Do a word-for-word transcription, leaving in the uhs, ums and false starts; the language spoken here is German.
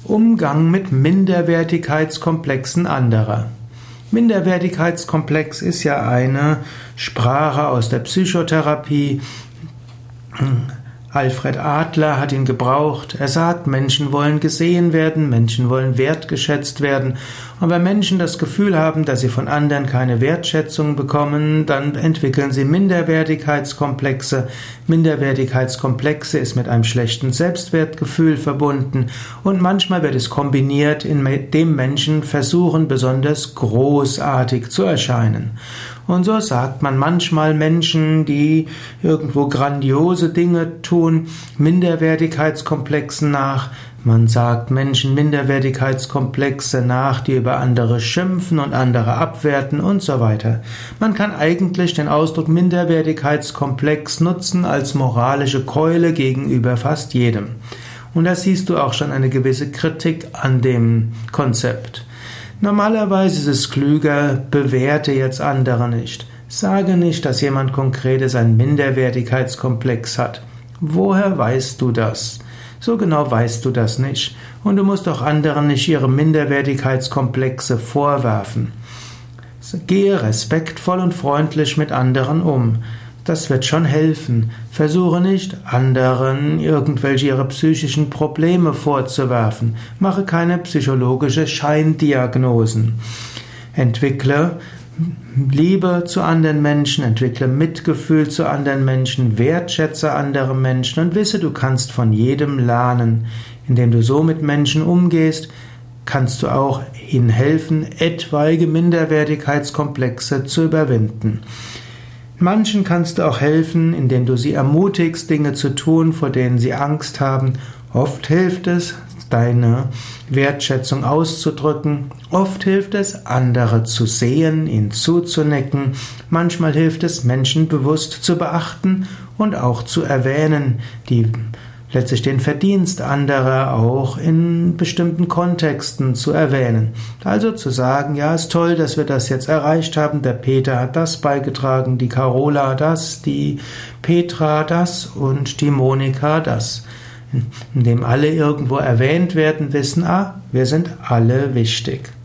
Umgang mit Minderwertigkeitskomplexen anderer. Minderwertigkeitskomplex ist ja eine Sprache aus der Psychotherapie. Alfred Adler hat ihn gebraucht. Er sagt, Menschen wollen gesehen werden, Menschen wollen wertgeschätzt werden. Und wenn Menschen das Gefühl haben, dass sie von anderen keine Wertschätzung bekommen, dann entwickeln sie Minderwertigkeitskomplexe. Minderwertigkeitskomplexe ist mit einem schlechten Selbstwertgefühl verbunden und manchmal wird es kombiniert, indem Menschen versuchen, besonders großartig zu erscheinen. Und so sagt man manchmal Menschen, die irgendwo grandiose Dinge tun, Minderwertigkeitskomplexen nach. Man sagt Menschen Minderwertigkeitskomplexe nach, die über andere schimpfen und andere abwerten und so weiter. Man kann eigentlich den Ausdruck Minderwertigkeitskomplex nutzen als moralische Keule gegenüber fast jedem. Und da siehst du auch schon eine gewisse Kritik an dem Konzept. Normalerweise ist es klüger, bewerte jetzt andere nicht. Sage nicht, dass jemand Konkretes einen Minderwertigkeitskomplex hat. Woher weißt du das? So genau weißt du das nicht. Und du musst auch anderen nicht ihre Minderwertigkeitskomplexe vorwerfen. Gehe respektvoll und freundlich mit anderen um. Das wird schon helfen. Versuche nicht, anderen irgendwelche ihre psychischen Probleme vorzuwerfen. Mache keine psychologische Scheindiagnosen. Entwickle Liebe zu anderen Menschen, entwickle Mitgefühl zu anderen Menschen, wertschätze andere Menschen und wisse, du kannst von jedem lernen. Indem du so mit Menschen umgehst, kannst du auch ihnen helfen, etwaige Minderwertigkeitskomplexe zu überwinden. Manchen kannst du auch helfen, indem du sie ermutigst, Dinge zu tun, vor denen sie Angst haben. Oft hilft es, deine Wertschätzung auszudrücken. Oft hilft es, andere zu sehen, ihnen zuzunicken. Manchmal hilft es, Menschen bewusst zu beachten und auch zu erwähnen, die letztlich den Verdienst anderer auch in bestimmten Kontexten zu erwähnen. Also zu sagen, ja, ist toll, dass wir das jetzt erreicht haben, der Peter hat das beigetragen, die Carola das, die Petra das und die Monika das. Indem alle irgendwo erwähnt werden, wissen, ah, wir sind alle wichtig.